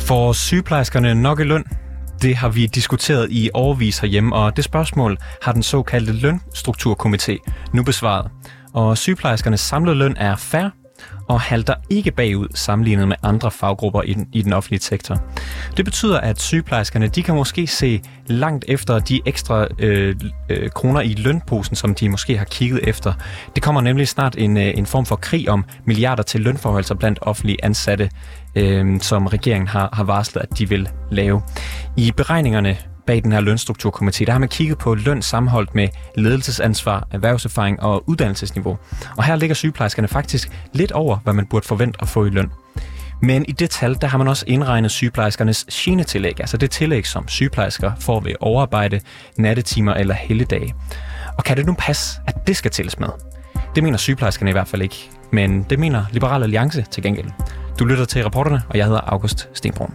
Får sygeplejerskerne nok i løn? Det har vi diskuteret i årevis herhjemme, og det spørgsmål har den såkaldte lønstrukturkomité nu besvaret. Og sygeplejerskernes samlede løn er fair og halter ikke bagud sammenlignet med andre faggrupper i den offentlige sektor. Det betyder, at sygeplejerskerne de kan måske se langt efter de ekstra kroner i lønposen, som de måske har kigget efter. Det kommer nemlig snart en form for krig om milliarder til lønforholdelser blandt offentlige ansatte, som regeringen har varslet, at de vil lave. I beregningerne bag den her lønstrukturkomité, der har man kigget på løn sammenholdt med ledelsesansvar, erhvervserfaring og uddannelsesniveau. Og her ligger sygeplejerskerne faktisk lidt over, hvad man burde forvente at få i løn. Men i det tal, der har man også indregnet sygeplejerskernes genetillæg, altså det tillæg, som sygeplejersker får ved overarbejde, nattetimer eller helligdage. Og kan det nu passe, at det skal tælles med? Det mener sygeplejerskerne i hvert fald ikke, men det mener Liberal Alliance til gengæld. Du lytter til Reporterne, og jeg hedder August Stenbrun.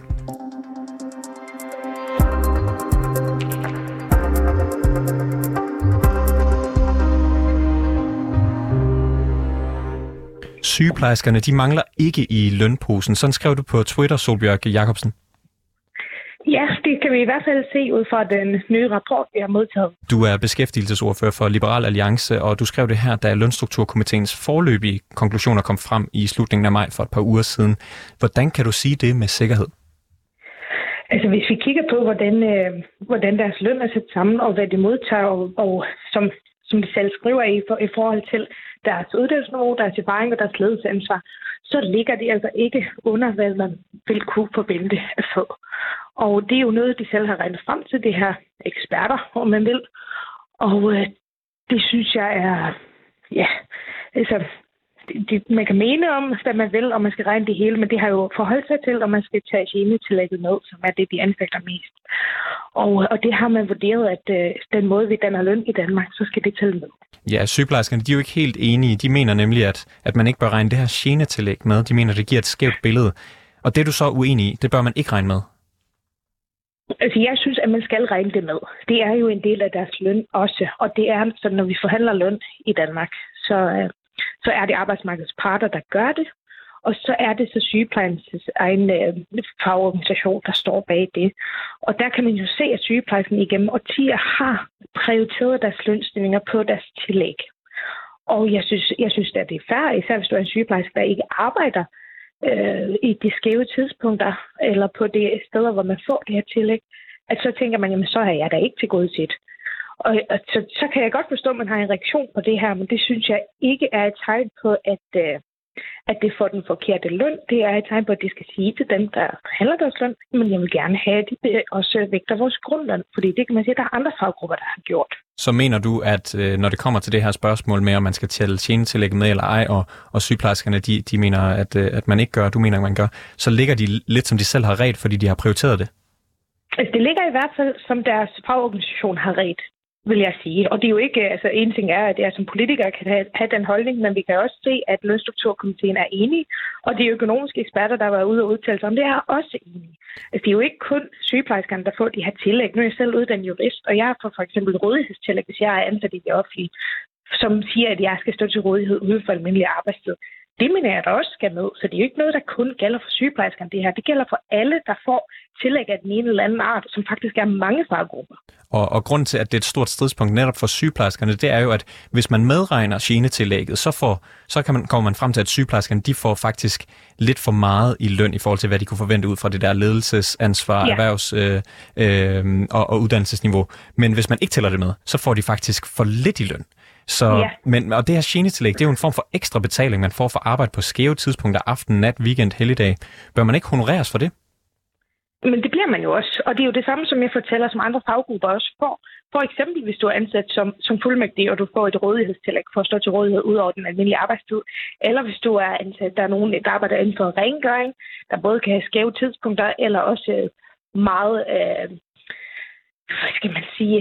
Sygeplejerskerne, de mangler ikke i lønposen. Sådan skrev du på Twitter, Solbjørg Jacobsen. Ja, det kan vi i hvert fald se ud fra den nye rapport, vi har modtaget. Du er beskæftigelsesordfører for Liberal Alliance, og du skrev det her, da Lønstrukturkomiteens foreløbige konklusioner kom frem i slutningen af maj for et par uger siden. Hvordan kan du sige det med sikkerhed? Altså hvis vi kigger på, hvordan deres løn er sat sammen, og hvad de modtager, og som de selv skriver i forhold til deres uddannelsesniveau, deres erfaring og deres ledelsesansvar, så ligger de altså ikke under, hvad man vil kunne forvente at få. Og det er jo noget, de selv har regnet frem til, det her eksperter, om man vil. Og det synes jeg er, ja, altså, man kan mene om, hvad man vil, og man skal regne det hele, men det har jo forholdt sig til, om man skal tage genetillægget med, som er det, de anfægter mest. Og det har man vurderet, at den måde, vi danner løn i Danmark, så skal det tælle med. Ja, sygeplejerskerne, de er jo ikke helt enige. De mener nemlig, at man ikke bør regne det her genetillæg med. De mener, det giver et skævt billede. Og det er du så uenig i. Det bør man ikke regne med. Altså, jeg synes, at man skal regne det med. Det er jo en del af deres løn også. Og det er sådan, når vi forhandler løn i Danmark, så er det arbejdsmarkedets parter, der gør det. Og så er det så sygeplejerskens egen fagorganisation, der står bag det. Og der kan man jo se, at sygeplejersken igennem årtier har prioriteret deres lønstillinger på deres tillæg. Og jeg synes at det er fair, især hvis du er en sygeplejerske, der ikke arbejder i de skæve tidspunkter, eller på de steder, hvor man får det her tillæg, at så tænker man, jamen så er jeg da ikke til gode set. Og så kan jeg godt forstå, at man har en reaktion på det her, men det synes jeg ikke er et tegn på, at det får den forkerte løn. Det er et tegn på, at de skal sige til dem, der handler deres løn, men jeg vil gerne have, at de også vægter vores grundløn, fordi det kan man sige, at der er andre faggrupper, der har gjort. Så mener du, at når det kommer til det her spørgsmål med, om man skal tælle genetillægget med eller ej, og sygeplejerskerne, de mener, at man ikke gør, du mener, at man gør, så ligger de lidt, som de selv har ret, fordi de har prioriteret det? Altså, det ligger i hvert fald, som deres fagorganisation har ret, vil jeg sige. Og det er jo ikke, altså en ting er, at jeg som politiker kan have den holdning, men vi kan også se, at Lønstrukturkomiteen er enige, og de økonomiske eksperter, der var ude og udtale sig om det, er også enige. Altså det er jo ikke kun sygeplejerskerne, der får de her tillæg. Nu er jeg selv uddannet jurist, og jeg får for eksempel rådighedstillæg, hvis jeg er ansat i det offentlige, som siger, at jeg skal stå til rådighed uden for almindelig arbejdstid. Det mener jeg, der også skal med. Så det er jo ikke noget, der kun gælder for sygeplejerskerne det her. Det gælder for alle, der får tillæg af den ene eller anden art, som faktisk er mange faggrupper. Og grunden til, at det er et stort stridspunkt netop for sygeplejerskerne, det er jo, at hvis man medregner genetillægget, kommer man frem til, at sygeplejerskerne de får faktisk lidt for meget i løn i forhold til, hvad de kunne forvente ud fra det der ledelsesansvar, erhvervs- og uddannelsesniveau. Men hvis man ikke tæller det med, så får de faktisk for lidt i løn. Så, og det her genetillæg, det er jo en form for ekstra betaling, man får for arbejde på skæve tidspunkter, aften, nat, weekend, helligdag. Bør man ikke honoreres for det? Men det bliver man jo også, og det er jo det samme, som jeg fortæller, som andre faggrupper også får. For eksempel, hvis du er ansat som fuldmægtig, og du får et rådighedstillæg for at stå til rådighed ud over den almindelige arbejdstid. Eller hvis du er ansat, der er nogen, der arbejder inden for rengøring, der både kan have skæve tidspunkter, eller også meget, hvad skal man sige,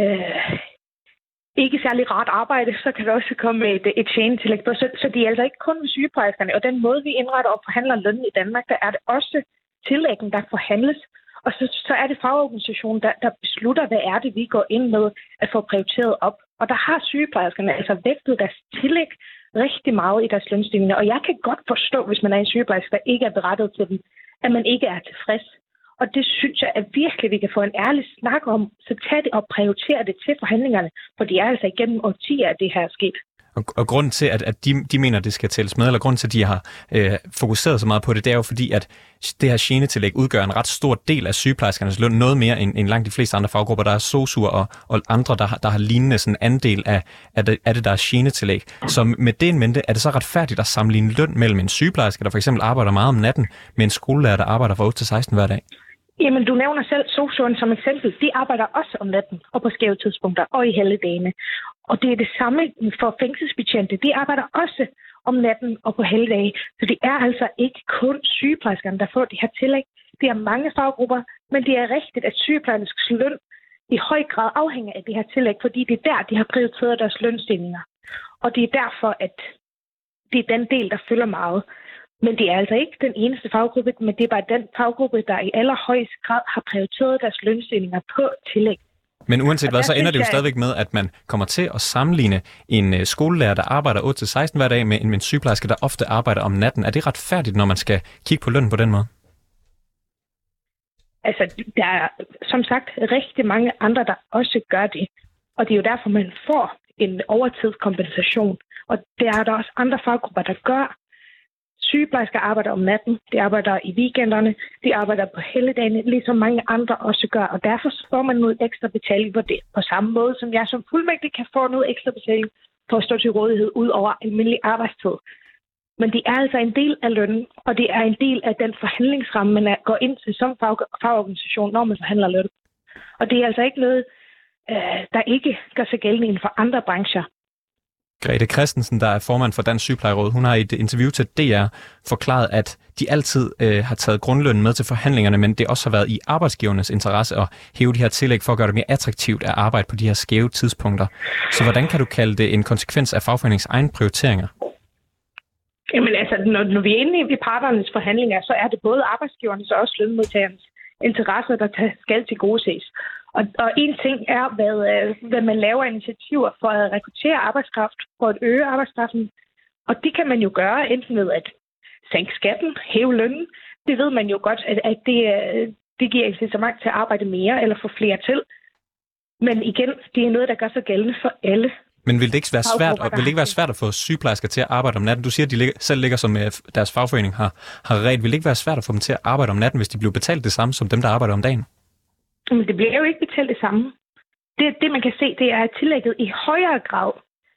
ikke særlig rart arbejde, så kan der også komme et genetillæg på. Så det er altså ikke kun med sygeplejerskerne, og den måde, vi indretter og forhandler lønnen i Danmark, der er det også tillæggen, der forhandles, og så er det fagorganisationen, der beslutter, hvad er det, vi går ind med at få prioriteret op. Og der har sygeplejerskerne altså vægtet deres tillæg rigtig meget i deres lønstigninger, og jeg kan godt forstå, hvis man er en sygeplejerske, der ikke er berettet til dem, at man ikke er tilfreds. Og det synes jeg, at virkelig vi kan få en ærlig snak om, så tag det og prioritere det til forhandlingerne, for det er altså igennem årtier, at det her er sket. Og grunden til, at de mener, at det skal tælles med, eller grunden til, at de har fokuseret så meget på det, det er jo fordi, at det her genetillæg udgør en ret stor del af sygeplejerskernes løn, noget mere end langt de fleste andre faggrupper. Der er sosuer og andre, der har lignende sådan en andel af det, der er genetillæg. Så med det en mente, er det så retfærdigt at sammenligne løn mellem en sygeplejerske, der for eksempel arbejder meget om natten, med en skolelærer, der arbejder fra 8 til 16 hver dag? Jamen, du nævner selv sosuerne som eksempel. De arbejder også om natten og på skæve tidspunkter og i helligdagene. Og det er det samme for fængselsbetjente. De arbejder også om natten og på helligdage. Så det er altså ikke kun sygeplejerskerne, der får det her tillæg. Det er mange faggrupper, men det er rigtigt, at sygeplejerskernes løn i høj grad afhænger af det her tillæg, fordi det er der, de har prioriteret deres lønstigninger. Og det er derfor, at det er den del, der fylder meget. Men det er altså ikke den eneste faggruppe, men det er bare den faggruppe, der i allerhøjeste grad har prioriteret deres lønstigninger på tillæg. Men uanset hvad, så ender det jo stadigvæk med, at man kommer til at sammenligne en skolelærer, der arbejder 8 til 16 hver dag, med en sygeplejerske, der ofte arbejder om natten. Er det retfærdigt, når man skal kigge på lønnen på den måde? Altså, der er som sagt rigtig mange andre, der også gør det. Og det er jo derfor, man får en overtidskompensation. Og der er der også andre faggrupper, der gør. Sygeplejersker arbejder om natten, de arbejder i weekenderne, de arbejder på helligdagene, ligesom mange andre også gør. Og derfor får man noget ekstra betaling for det. På samme måde, som jeg som fuldmægtig kan få noget ekstra betaling for at stå til rådighed ud over almindelig arbejdstid. Men det er altså en del af lønnen, og det er en del af den forhandlingsramme, man går ind til som fagorganisation, når man forhandler løn. Og det er altså ikke noget, der ikke gør sig gældende inden for andre brancher. Grete Christensen, der er formand for Dansk Sygeplejeråd, hun har i et interview til DR forklaret, at de altid har taget grundlønnen med til forhandlingerne, men det også har været i arbejdsgivernes interesse at hæve de her tillæg for at gøre det mere attraktivt at arbejde på de her skæve tidspunkter. Så hvordan kan du kalde det en konsekvens af fagforeningens egne prioriteringer? Jamen altså, når vi er inde i parternes forhandlinger, så er det både arbejdsgivernes og også lønmodtagernes interesser, der skal tilgodeses. Og en ting er, hvad man laver initiativer for at rekruttere arbejdskraft, for at øge arbejdskraften. Og det kan man jo gøre enten ved at sænke skatten, hæve lønnen. Det ved man jo godt, at det giver incitament til at arbejde mere eller få flere til. Men igen, det er noget, der gør sig gældende for alle. Men vil det ikke være svært at få sygeplejersker til at arbejde om natten? Du siger, at de selv ligger som deres fagforening har ret. Vil det ikke være svært at få dem til at arbejde om natten, hvis de bliver betalt det samme som dem, der arbejder om dagen? Men det bliver jo ikke betalt det samme. Det man kan se, det er, at tillægget i højere grad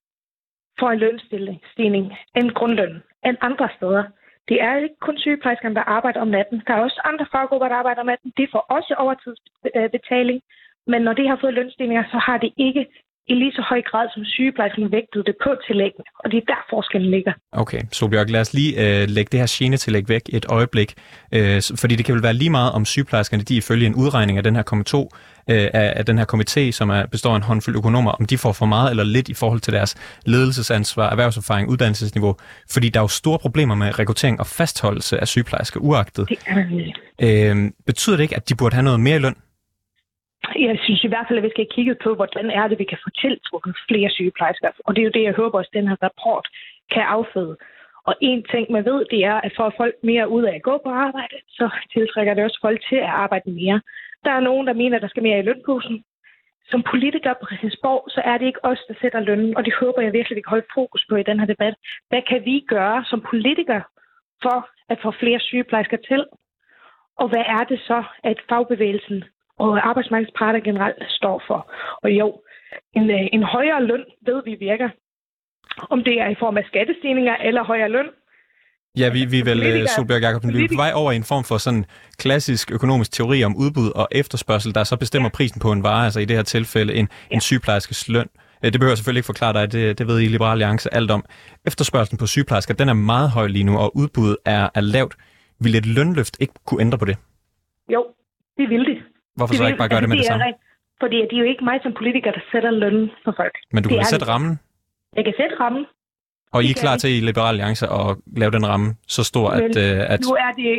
får en lønstigning end grundlønnen, end andre steder. Det er ikke kun sygeplejerskerne, der arbejder om natten. Der er også andre faggrupper, der arbejder om natten. Det får også overtidsbetaling. Men når det har fået lønstigninger, så har det ikke i lige så høj grad som sygeplejersken vægtet det på tillæggene. Og det er der forskellen ligger. Okay, Solbjørg, lad os lige lægge det her genetillæg væk et øjeblik. Fordi det kan vel være lige meget om sygeplejerskerne, de ifølge en udregning af den her af den her komité, som består af en håndfuld økonomer, om de får for meget eller lidt i forhold til deres ledelsesansvar, erhvervserfaring, uddannelsesniveau. Fordi der er jo store problemer med rekruttering og fastholdelse af sygeplejersker uagtet. Det er betyder det ikke, at de burde have noget mere i løn? Jeg synes i hvert fald, at vi skal kigge på, hvordan er det, vi kan få tiltrukket flere sygeplejersker. Og det er jo det, jeg håber også, den her rapport kan afføde. Og en ting, man ved, det er, at for at folk mere ud af at gå på arbejde, så tiltrækker det også folk til at arbejde mere. Der er nogen, der mener, at der skal mere i lønposen. Som politikere på Christiansborg, så er det ikke os, der sætter lønnen, og det håber jeg virkelig, vi kan holde fokus på i den her debat. Hvad kan vi gøre som politikere for at få flere sygeplejersker til? Og hvad er det så, at fagbevægelsen og arbejdsmarkedsparter generelt står for? Og jo, en højere løn ved vi virker. Om det er i form af skattestigninger eller højere løn. Ja, vi er vel, Solbjørg Jacobsen, vi er på vej over i en form for sådan klassisk økonomisk teori om udbud og efterspørgsel, der så bestemmer prisen på en vare, altså i det her tilfælde en sygeplejerskes løn. Det behøver jeg selvfølgelig ikke forklare dig, det ved I i Liberal Alliance alt om. Efterspørgselen på sygeplejersker, den er meget høj lige nu, og udbuddet er lavt. Vil et lønløft ikke kunne ændre på det? Jo, det vil det. Hvorfor så ikke bare gøre det med det samme? Fordi det er jo ikke mig som politiker, der sætter lønnen for folk. Men du kan sætte rammen? Jeg kan sætte rammen. Og I er klar til i Liberal Alliance at lave den ramme så stor, at... Nu er det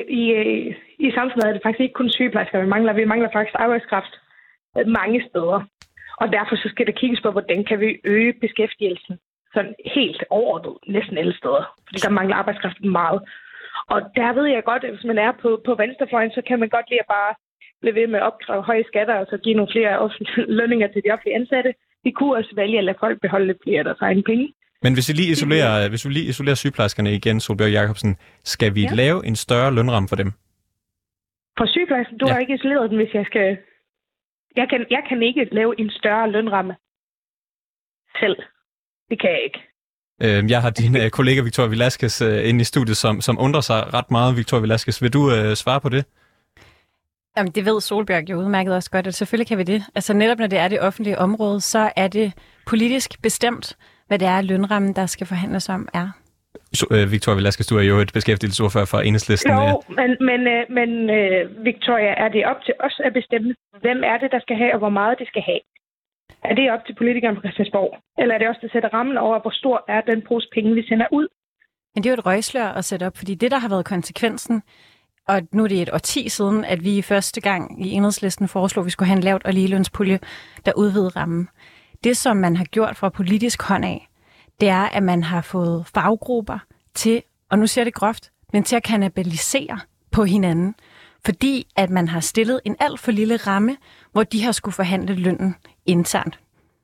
i samfundet er det faktisk ikke kun sygeplejersker, vi mangler faktisk arbejdskraft mange steder. Og derfor så skal der kigges på, hvordan kan vi øge beskæftigelsen sådan helt overordnet næsten alle steder. Fordi der mangler arbejdskraft meget. Og der ved jeg godt, at hvis man er på venstrefløjen, så kan man godt lide at bare blive ved med at opkræve høje skatter, og så give nogle flere lønninger til de offentlige ansatte. Vi kunne også vælge at lade folk beholde lidt flere af deres egne penge. Men hvis vi lige isolerer sygeplejerskerne igen, Sólbjørg Jacobsen, skal vi lave en større lønramme for dem? For sygeplejersken, du har ikke isoleret den, hvis jeg skal... Jeg kan ikke lave en større lønramme selv. Det kan jeg ikke. Jeg har din kollega Victoria Velasquez inde i studiet, som undrer sig ret meget. Victoria Velasquez, vil du svare på det? Jamen, det ved Sólbjørg jo udmærket også godt, at selvfølgelig kan vi det. Altså netop når det er det offentlige område, så er det politisk bestemt, hvad det er, lønrammen, der skal forhandles om, er. Victoria Velasquez, du er jo et beskæftigelsesordfører for Enhedslisten. Jo, men Victoria, er det op til os at bestemme, hvem er det, der skal have, og hvor meget det skal have? Er det op til politikerne på Christiansborg? Eller er det også, der sætter rammen over, hvor stor er den pose penge, vi sender ud? Men det er jo et røgslør at sætte op, fordi det, der har været konsekvensen, og nu er det et årti siden, at vi første gang i Enhedslisten foreslog, at vi skulle have en lavt og ligelønspulje, der udvidede rammen. Det, som man har gjort fra politisk hånd af, det er, at man har fået faggrupper til, og nu siger det groft, men til at kannibalisere på hinanden. Fordi at man har stillet en alt for lille ramme, hvor de har skulle forhandle lønnen internt.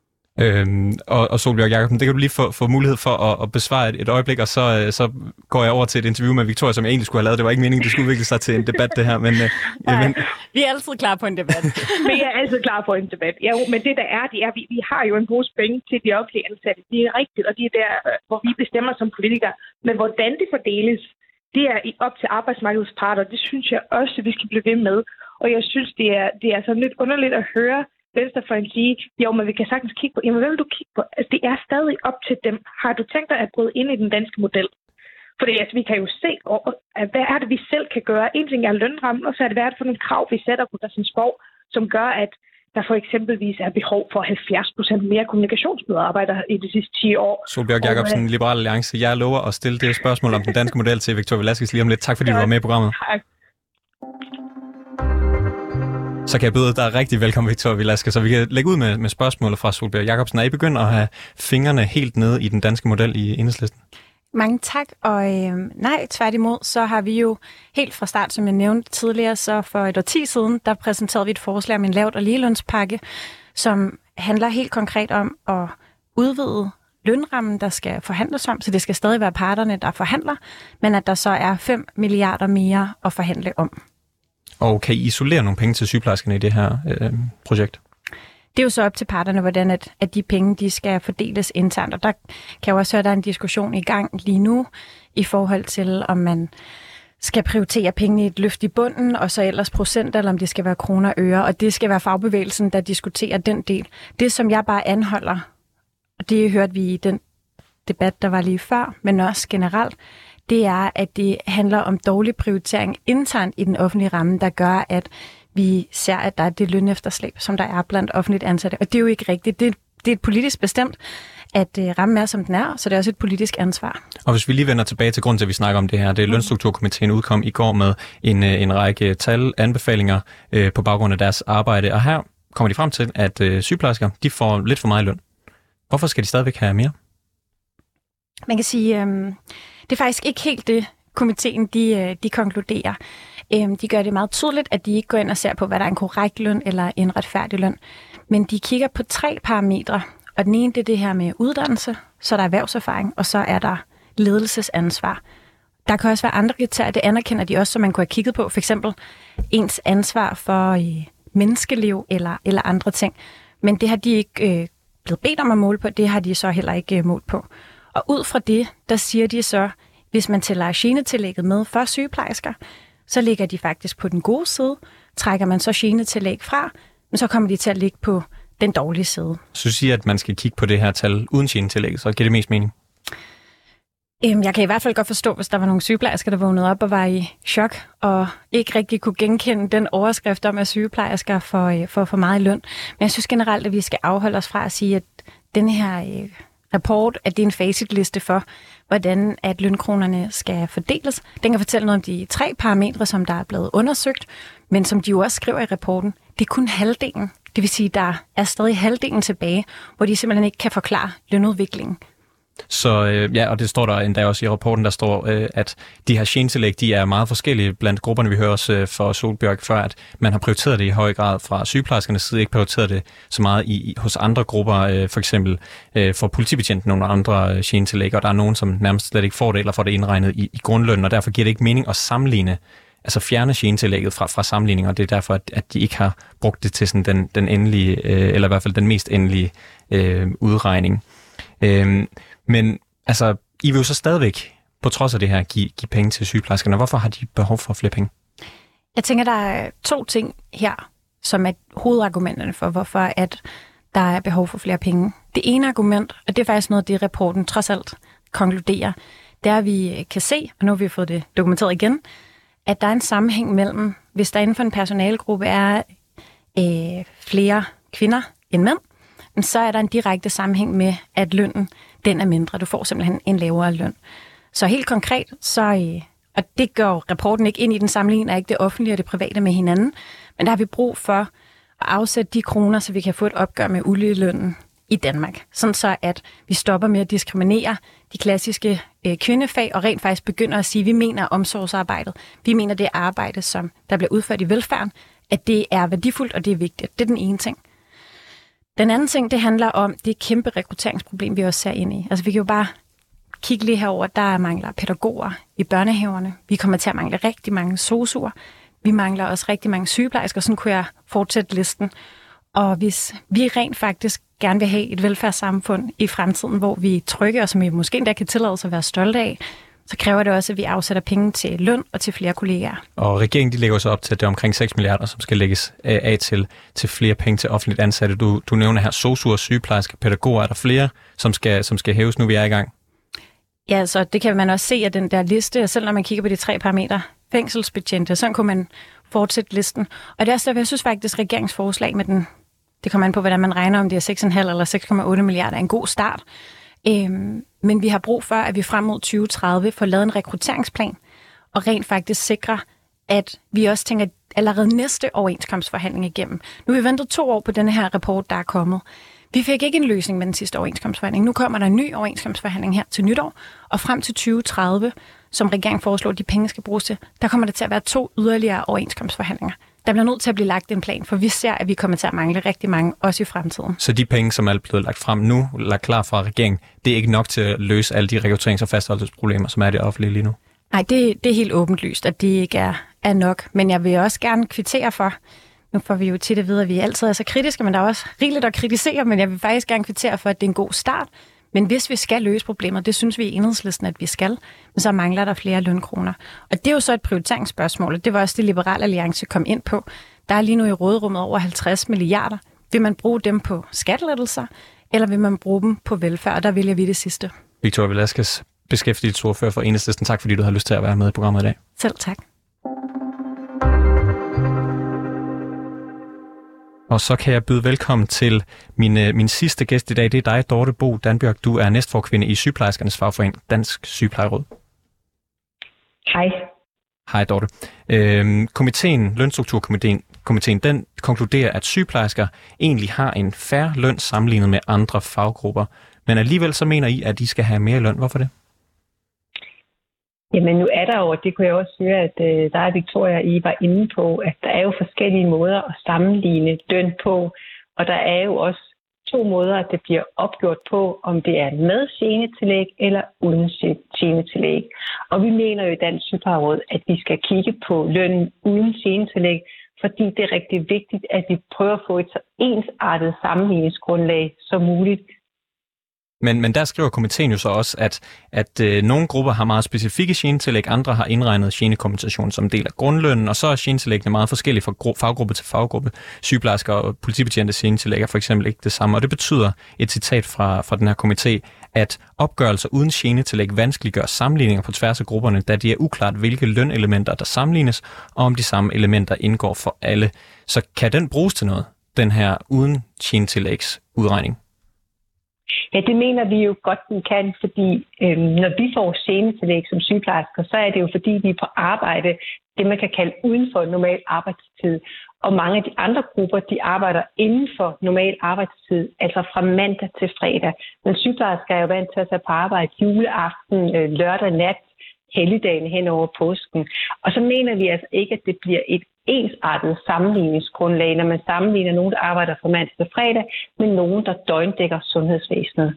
Og Sólbjørg Jacobsen, det kan du lige få mulighed for at besvare et øjeblik, og så går jeg over til et interview med Victoria, som jeg egentlig skulle have lavet. Det var ikke meningen, det skulle udvikle sig til en debat, det her. Men vi er altid klar på en debat. Vi er altid klar på en debat. Ja, men det der er, vi har jo en pose penge til de offentlige ansatte. Det er rigtigt, og det er der, hvor vi bestemmer som politikere. Men hvordan det fordeles, det er op til arbejdsmarkedets parter. Det synes jeg også, vi skal blive ved med. Og jeg synes, det er sådan lidt underligt at høre venstrefløjen sige, jo, men vi kan sagtens kigge på. Jamen, hvad vil du kigge på? Altså, det er stadig op til dem. Har du tænkt dig at bryde ind i den danske model? Fordi altså, vi kan jo se, hvad er det, vi selv kan gøre? En ting er lønrammen, og så er det, hvad er det for nogle krav, vi sætter på Christiansborg, som gør, at der for eksempelvis er behov for 70% mere kommunikationsmedarbejdere i de sidste 10 år. Sólbjørg Jacobsen, Liberal Alliance. Jeg lover at stille det spørgsmål om den danske model til Victoria Velasquez lige om lidt. Tak fordi du var med i programmet. Tak. Så kan jeg byde dig rigtig velkommen, Victoria Velasquez, så vi kan lægge ud med spørgsmålet fra Sólbjørg Jacobsen. Er I begyndt at have fingrene helt nede i den danske model i Enhedslisten? Mange tak, og nej, tværtimod, så har vi jo helt fra start, som jeg nævnte tidligere, så for et årti siden, der præsenterede vi et forslag om en lavt og ligelønspakke, som handler helt konkret om at udvide lønrammen, der skal forhandles om, så det skal stadig være parterne, der forhandler, men at der så er 5 milliarder mere at forhandle om. Og kan I isolere nogle penge til sygeplejerskerne i det her projekt? Det er jo så op til parterne, hvordan at de penge de skal fordeles internt, og der kan jo også høre, at der er en diskussion i gang lige nu i forhold til, om man skal prioritere pengene i et løft i bunden, og så ellers procent, eller om det skal være kroner og øre, og det skal være fagbevægelsen, der diskuterer den del. Det, som jeg bare anholder, og det hørte vi i den debat, der var lige før, men også generelt, det er, at det handler om dårlig prioritering internt i den offentlige ramme, der gør, at vi ser, at der er det lønefterslæb, som der er blandt offentligt ansatte. Og det er jo ikke rigtigt. Det er et politisk bestemt, at rammen er, som den er, så det er også et politisk ansvar. Og hvis vi lige vender tilbage til grunden til, at vi snakker om det her, det er Lønstrukturkomiteen udkom i går med en række anbefalinger på baggrund af deres arbejde. Og her kommer de frem til, at sygeplejersker de får lidt for meget løn. Hvorfor skal de stadigvæk have mere? Man kan sige, det er faktisk ikke helt det, komiteen de konkluderer. De gør det meget tydeligt, at de ikke går ind og ser på, hvad der er en korrekt løn eller en retfærdig løn. Men de kigger på 3 parametre, og den ene det er det her med uddannelse, så er der erhvervserfaring, og så er der ledelsesansvar. Der kan også være andre kriterier, det anerkender de også, som man kunne have kigget på, for eksempel ens ansvar for menneskeliv eller andre ting. Men det har de ikke blevet bedt om at måle på, det har de så heller ikke målt på. Og ud fra det, der siger de så, hvis man tæller genetillægget med for sygeplejersker, så ligger de faktisk på den gode side. Trækker man så genetillæg fra, så kommer de til at ligge på den dårlige side. Så du siger, at man skal kigge på det her tal uden genetillæg, så giver det mest mening? Jeg kan i hvert fald godt forstå, hvis der var nogle sygeplejersker, der vågnede op og var i chok, og ikke rigtig kunne genkende den overskrift om, at sygeplejersker får for meget løn. Men jeg synes generelt, at vi skal afholde os fra at sige, at den her rapport, at det er en facitliste for, hvordan at lønkronerne skal fordeles. Den kan fortælle noget om de 3 parametre, som der er blevet undersøgt, men som de jo også skriver i rapporten, det er kun halvdelen. Det vil sige, der er stadig halvdelen tilbage, hvor de simpelthen ikke kan forklare lønudviklingen. Så og det står der endda også i rapporten, der står, at de her genetillæg, de er meget forskellige blandt grupperne. Vi hører også fra Solbjørg før, at man har prioriteret det i høj grad fra sygeplejerskernes side, ikke prioriteret det så meget hos andre grupper, for eksempel for politibetjenten nogle andre genetillæg, og der er nogen, som nærmest slet ikke får det, eller får det indregnet i grundlønnen, og derfor giver det ikke mening at sammenligne, altså fjerne genetillægget fra sammenligning, og det er derfor, at de ikke har brugt det til sådan den endelige, eller i hvert fald den mest endelige udregning. Men altså, I vil jo så stadigvæk, på trods af det her, give penge til sygeplejerskerne. Hvorfor har de behov for flere penge? Jeg tænker, der er 2 ting her, som er hovedargumenterne for, hvorfor at der er behov for flere penge. Det ene argument, og det er faktisk noget, det rapporten trods alt konkluderer, det er, at vi kan se, og nu har vi fået det dokumenteret igen, at der er en sammenhæng mellem, hvis der inden for en personalegruppe er flere kvinder end mænd, så er der en direkte sammenhæng med, at lønnen den er mindre. Du får simpelthen en lavere løn. Så helt konkret, og det gør rapporten ikke ind i den sammenligning, er ikke det offentlige og det private med hinanden, men der har vi brug for at afsætte de kroner, så vi kan få et opgør med uligelønnen i Danmark. Sådan så, at vi stopper med at diskriminere de klassiske kvindefag, og rent faktisk begynder at sige, at vi mener omsorgsarbejdet. Vi mener det arbejde, som der bliver udført i velfærden, at det er værdifuldt, og det er vigtigt. Det er den ene ting. Den anden ting, det handler om det kæmpe rekrutteringsproblem, vi også ser ind i. Altså vi kan jo bare kigge lige herover, der mangler pædagoger i børnehaverne. Vi kommer til at mangle rigtig mange sosu'er. Vi mangler også rigtig mange sygeplejersker, sådan kunne jeg fortsætte listen. Og hvis vi rent faktisk gerne vil have et velfærdssamfund i fremtiden, hvor vi er trygge, og som vi måske endda kan tillade os at være stolte af, så kræver det også, at vi afsætter penge til løn og til flere kollegaer. Og regeringen de lægger så op til, at det er omkring 6 milliarder, som skal lægges af til flere penge til offentligt ansatte. Du nævner her sosu'er, sygeplejersker, pædagoger. Er der flere, som skal hæves, nu vi er i gang? Ja, så det kan man også se af den der liste, og selv når man kigger på de 3 parametre, fængselsbetjente, sådan kunne man fortsætte listen. Og det er også derfor, jeg synes faktisk, at regeringsforslag med den, det kommer an på, hvordan man regner, om det er 6,5 eller 6,8 milliarder, er en god start. Men vi har brug for, at vi frem mod 2030 får lavet en rekrutteringsplan, og rent faktisk sikrer, at vi også tænker allerede næste overenskomstforhandling igennem. Nu har vi ventet 2 år på denne her rapport, der er kommet. Vi fik ikke en løsning med den sidste overenskomstforhandling. Nu kommer der en ny overenskomstforhandling her til nytår, og frem til 2030, som regeringen foreslår, de penge skal bruges til, der kommer der til at være 2 yderligere overenskomstforhandlinger. Der bliver nødt til at blive lagt en plan, for vi ser, at vi kommer til at mangle rigtig mange, også i fremtiden. Så de penge, som er blevet lagt frem nu, lagt klar fra regeringen, det er ikke nok til at løse alle de rekrutterings- og fastholdelsesproblemer, som er det offentlige lige nu? Nej, det er helt åbenlyst, at det ikke er nok. Men jeg vil også gerne kvittere for, nu får vi jo tit at vide, at vi altid er så kritiske, men der er også rigeligt at kritisere, men jeg vil faktisk gerne kvittere for, at det er en god start. Men hvis vi skal løse problemer, det synes vi i Enhedslisten, at vi skal, men så mangler der flere lønkroner. Og det er jo så et prioriteringsspørgsmål, og det var også det Liberale Alliance kom ind på. Der er lige nu i råderummet over 50 milliarder. Vil man bruge dem på skattelettelser, eller vil man bruge dem på velfærd? Og der vælger vi det sidste. Victoria Velasquez, beskæftigelsesordfører for Enhedslisten. Tak fordi du har lyst til at være med i programmet i dag. Selv tak. Og så kan jeg byde velkommen til min sidste gæst i dag. Det er dig, Dorte Bo Danbjørg. Du er næstforkvinde i Sygeplejerskernes Fagforening, Dansk Sygeplejeråd. Hej. Hej, Dorte. Lønstrukturkomiteen, den konkluderer, at sygeplejersker egentlig har en fair løn sammenlignet med andre faggrupper. Men alligevel så mener I, at de skal have mere løn. Hvorfor det? Jamen nu er der jo, det kunne jeg også høre, at der er Victoria, I var inde på, at der er jo forskellige måder at sammenligne løn på, og der er jo også 2 måder, at det bliver opgjort på, om det er med genetillæg eller uden genetillæg. Og vi mener jo i Dansk Sygeplejeråd, at vi skal kigge på lønnen uden genetillæg, fordi det er rigtig vigtigt, at vi prøver at få et så ensartet sammenligningsgrundlag som muligt. Men der skriver komiteen jo så også, at nogle grupper har meget specifikke genetillæg, andre har indregnet genekompensation som del af grundlønnen, og så er genetillæggene meget forskellige fra faggruppe til faggruppe. Sygeplejersker og politibetjentes genetillæg er for eksempel ikke det samme, og det betyder, et citat fra den her komité, at opgørelser uden genetillæg vanskeliggør sammenligninger på tværs af grupperne, da det er uklart, hvilke lønelementer der sammenlignes, og om de samme elementer indgår for alle. Så kan den bruges til noget, den her uden genetillægs udregning? Ja, det mener vi jo godt, den kan, fordi når vi får genetillæg som sygeplejersker, så er det jo fordi, vi er på arbejde, det man kan kalde uden for normal arbejdstid. Og mange af de andre grupper, de arbejder inden for normal arbejdstid, altså fra mandag til fredag. Men sygeplejersker er jo vant til at tage på arbejde juleaften, lørdag nat, helligdagen hen over påsken. Og så mener vi altså ikke, at det bliver et ensartet sammenligningsgrundlag, når man sammenligner nogen, der arbejder fra mandag til fredag, med nogen, der døgndækker sundhedsvæsenet.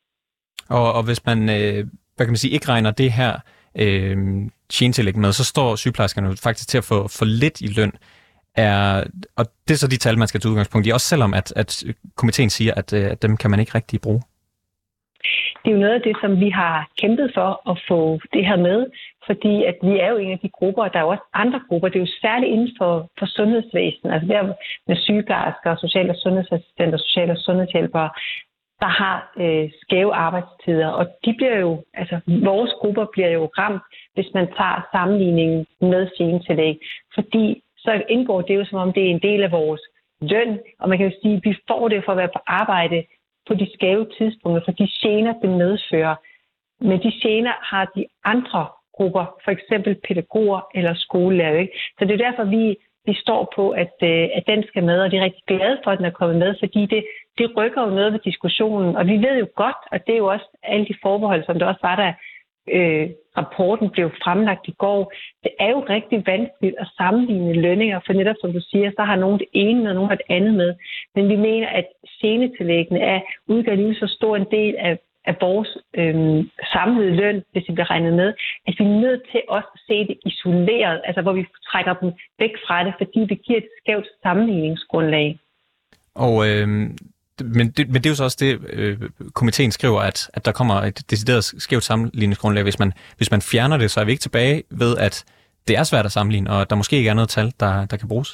Og hvis man, hvad kan man sige, ikke regner det her genetillæg med, så står sygeplejerskerne faktisk til at få for lidt i løn. Og det er så de tal, man skal tage udgangspunkt i, også selvom at komiteen siger, at dem kan man ikke rigtig bruge. Det er jo noget af det, som vi har kæmpet for at få det her med, fordi at vi er jo en af de grupper, og der er jo også andre grupper, det er jo særligt inden for sundhedsvæsenet, altså der med sygeplejersker, social- og sundhedsassistenter, social- og sundhedshjælpere, der har skæve arbejdstider, og de bliver jo, altså vores grupper bliver jo ramt, hvis man tager sammenligningen med genetillæg, fordi så indgår det jo som om det er en del af vores løn, og man kan jo sige, at vi får det for at være på arbejde på de skæve tidspunkter, for de gener, det medfører. Men de gener har de andre grupper, for eksempel pædagoger eller skolelærer. Ikke? Så det er derfor, vi står på, at den skal med, og de er rigtig glade for, at den er kommet med, fordi det rykker jo noget ved diskussionen. Og vi ved jo godt, og det er jo også alle de forbehold, som der også var der, rapporten blev fremlagt i går. Det er jo rigtig vanskeligt at sammenligne lønninger, for netop som du siger, så har nogen det ene, og nogen har det andet med. Men vi mener, at genetillæggene udgør lige så stor en del af vores samlede løn, hvis det bliver regnet med, at vi er nødt til også at se det isoleret, altså hvor vi trækker dem væk fra det, fordi det giver et skævt sammenligningsgrundlag. Og Men det er jo så også det, komiteen skriver, at der kommer et decideret skævt sammenligningsgrundlag. Hvis man fjerner det, så er vi ikke tilbage ved, at det er svært at sammenligne, og der måske ikke er noget tal, der kan bruges.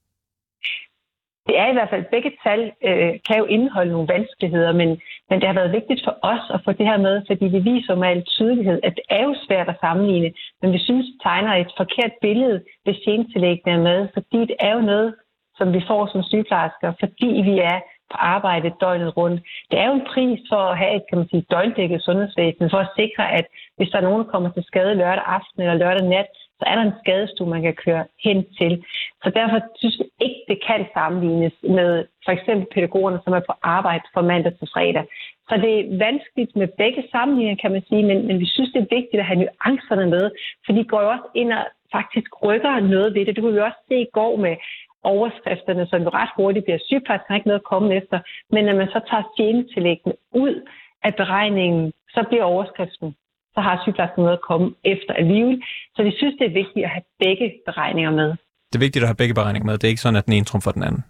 Det er i hvert fald, begge tal kan jo indeholde nogle vanskeligheder, men det har været vigtigt for os at få det her med, fordi det viser med al tydelighed, at det er jo svært at sammenligne, men vi synes, det tegner et forkert billede, hvis genetillæggene er med, fordi det er jo noget, som vi får som sygeplejersker, fordi vi er på arbejde døgnet rundt. Det er jo en pris for at have et, kan man sige, døgndækket sundhedsvæsen, for at sikre, at hvis der er nogen, der kommer til skade lørdag aften eller lørdag nat, så er der en skadestue, man kan køre hen til. Så derfor synes vi ikke, det kan sammenlignes med for eksempel pædagogerne, som er på arbejde fra mandag til fredag. Så det er vanskeligt med begge sammenligninger, kan man sige, men vi synes, det er vigtigt at have nuancerne med, for de går jo også ind og faktisk rykker noget ved det. Det kunne vi også se i går med overskrifterne, som jo ret hurtigt bliver sygeplejersker, ikke noget at komme efter. Men når man så tager genetillæggene ud af beregningen, så bliver overskriften, så har sygeplejersken noget at komme efter alligevel. Så vi synes, det er vigtigt at have begge beregninger med. Det er vigtigt at have begge beregninger med. Det er ikke sådan, at den ene trumfer den anden.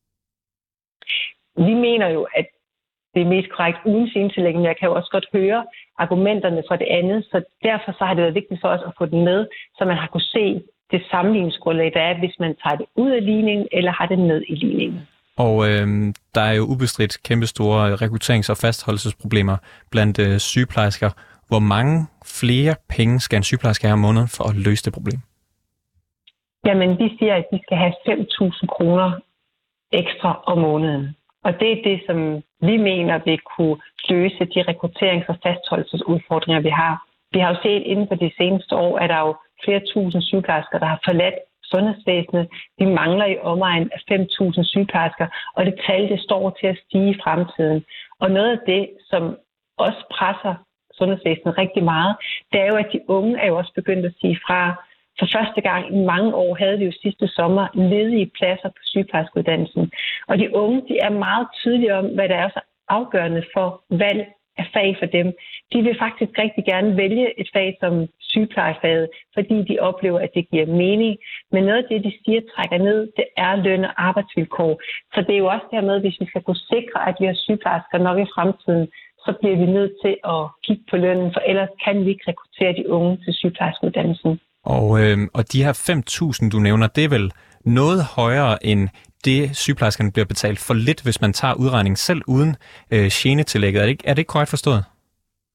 Vi mener jo, at det er mest korrekt uden genetillæg, men jeg kan jo også godt høre argumenterne fra det andet. Så derfor så har det været vigtigt for os at få den med, så man har kunne se det sammenligningsgrundlag, der er, hvis man tager det ud af ligningen, eller har det med i ligningen. Og der er jo ubestridt kæmpestore rekrutterings- og fastholdelsesproblemer blandt sygeplejersker. Hvor mange flere penge skal en sygeplejerske have om måneden for at løse det problem? Jamen, de siger, at de skal have 5.000 kroner ekstra om måneden. Og det er det, som vi mener vil kunne løse de rekrutterings- og fastholdelsesudfordringer, vi har. Vi har jo set inden for de seneste år, at der er jo flere tusind sygeplejersker, der har forladt sundhedsvæsenet. Vi mangler i omegn af 5.000 sygeplejersker, og det tal, det står til at stige i fremtiden. Og noget af det, som også presser sundhedsvæsenet rigtig meget, det er jo, at de unge er jo også begyndt at sige fra. For første gang i mange år havde vi jo sidste sommer ledige pladser på sygeplejerskeuddannelsen. Og de unge, de er meget tydelige om, hvad der er så afgørende for valg af fag for dem. De vil faktisk rigtig gerne vælge et fag som sygeplejefaget, fordi de oplever, at det giver mening. Men noget af det, de siger, trækker ned, det er løn- og arbejdsvilkår. Så det er jo også dermed, hvis vi skal kunne sikre, at vi har sygeplejersker nok i fremtiden, så bliver vi nødt til at kigge på lønnen, for ellers kan vi ikke rekruttere de unge til sygeplejerskeuddannelsen. Og de her 5.000, du nævner, det er vel noget højere end det, sygeplejerskerne bliver betalt for lidt, hvis man tager udregningen selv uden genetillægget. Er det ikke korrekt forstået?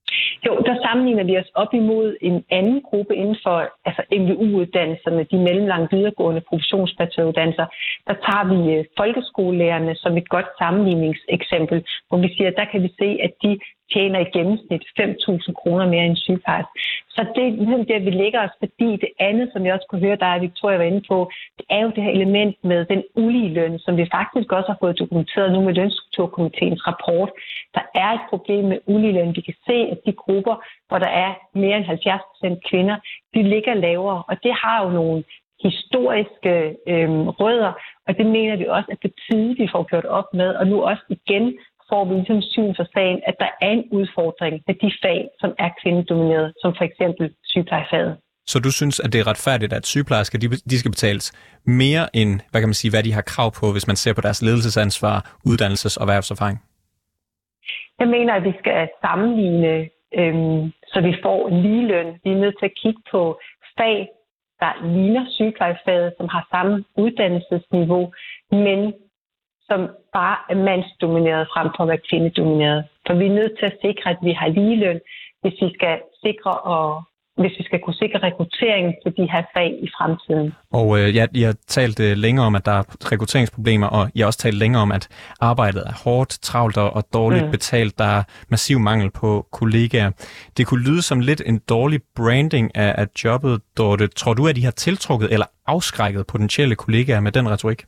Jo, der sammenligner vi os op imod en anden gruppe inden for MVU-uddannelserne, de mellemlange videregående professionsbacheloruddannelser. Der tager vi folkeskolelærerne som et godt sammenligningseksempel, hvor vi siger, at der kan vi se, at de tjener i gennemsnit 5.000 kroner mere end sygeplejerske. Så det er ligesom det, vi lægger os, fordi det andet, som jeg også kunne høre dig, Victoria, var inde på, det er jo det her element med den ulige løn, som vi faktisk også har fået dokumenteret nu med Lønstrukturkomiteens rapport. Der er et problem med ulige løn. Vi kan se, at de grupper, hvor der er mere end 70% kvinder, de ligger lavere, og det har jo nogle historiske rødder, og det mener vi også, at det tide, vi får gjort op med, og nu også igen får vi ligesom syn for sagen, at der er en udfordring med de fag, som er kvindedomineret, som for eksempel sygeplejefaget. Så du synes, at det er retfærdigt, at sygeplejersker de skal betales mere end, hvad de har krav på, hvis man ser på deres ledelsesansvar, uddannelses- og erhvervserfaring? Jeg mener, at vi skal sammenligne, så vi får en ligeløn. Vi er nødt til at kigge på fag, der ligner sygeplejefaget, som har samme uddannelsesniveau, men som bare er mandsdomineret frem for at være kvindedomineret. For vi er nødt til at sikre, at vi har ligeløn, hvis vi skal kunne sikre rekruttering til de her fag i fremtiden. Og I har talt længere om, at der er rekrutteringsproblemer, og I har også talt længere om, at arbejdet er hårdt, travlt og dårligt betalt. Der er massiv mangel på kollegaer. Det kunne lyde som lidt en dårlig branding af jobbet, Dorte. Tror du, at I har tiltrukket eller afskrækket potentielle kollegaer med den retorik?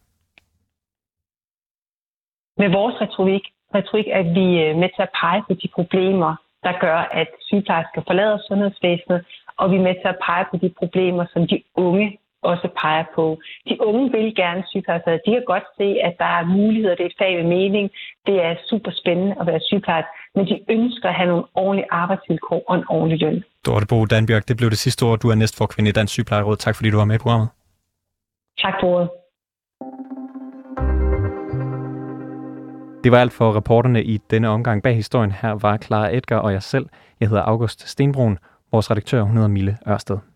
Med vores retorik er vi med til at pege på de problemer, der gør, at sygeplejersker forlader sundhedsvæsenet, og vi er med til at pege på de problemer, som de unge også peger på. De unge vil gerne sygeplejersker. De kan godt se, at der er muligheder. Det er et fag med mening. Det er super spændende at være sygeplejerske, men de ønsker at have nogle ordentlige arbejdsvilkår og en ordentlig løn. Dorte Bo Danbjørk, det blev det sidste ord. Du er næstforkvinde i Dansk Sygeplejeråd. Tak fordi du var med i programmet. Tak for ordet. Det var alt for reporterne i denne omgang. Bag historien her var Clara Edgar og jeg selv. Jeg hedder August Stenbrun. Vores redaktør, hun hedder Mille Ørsted.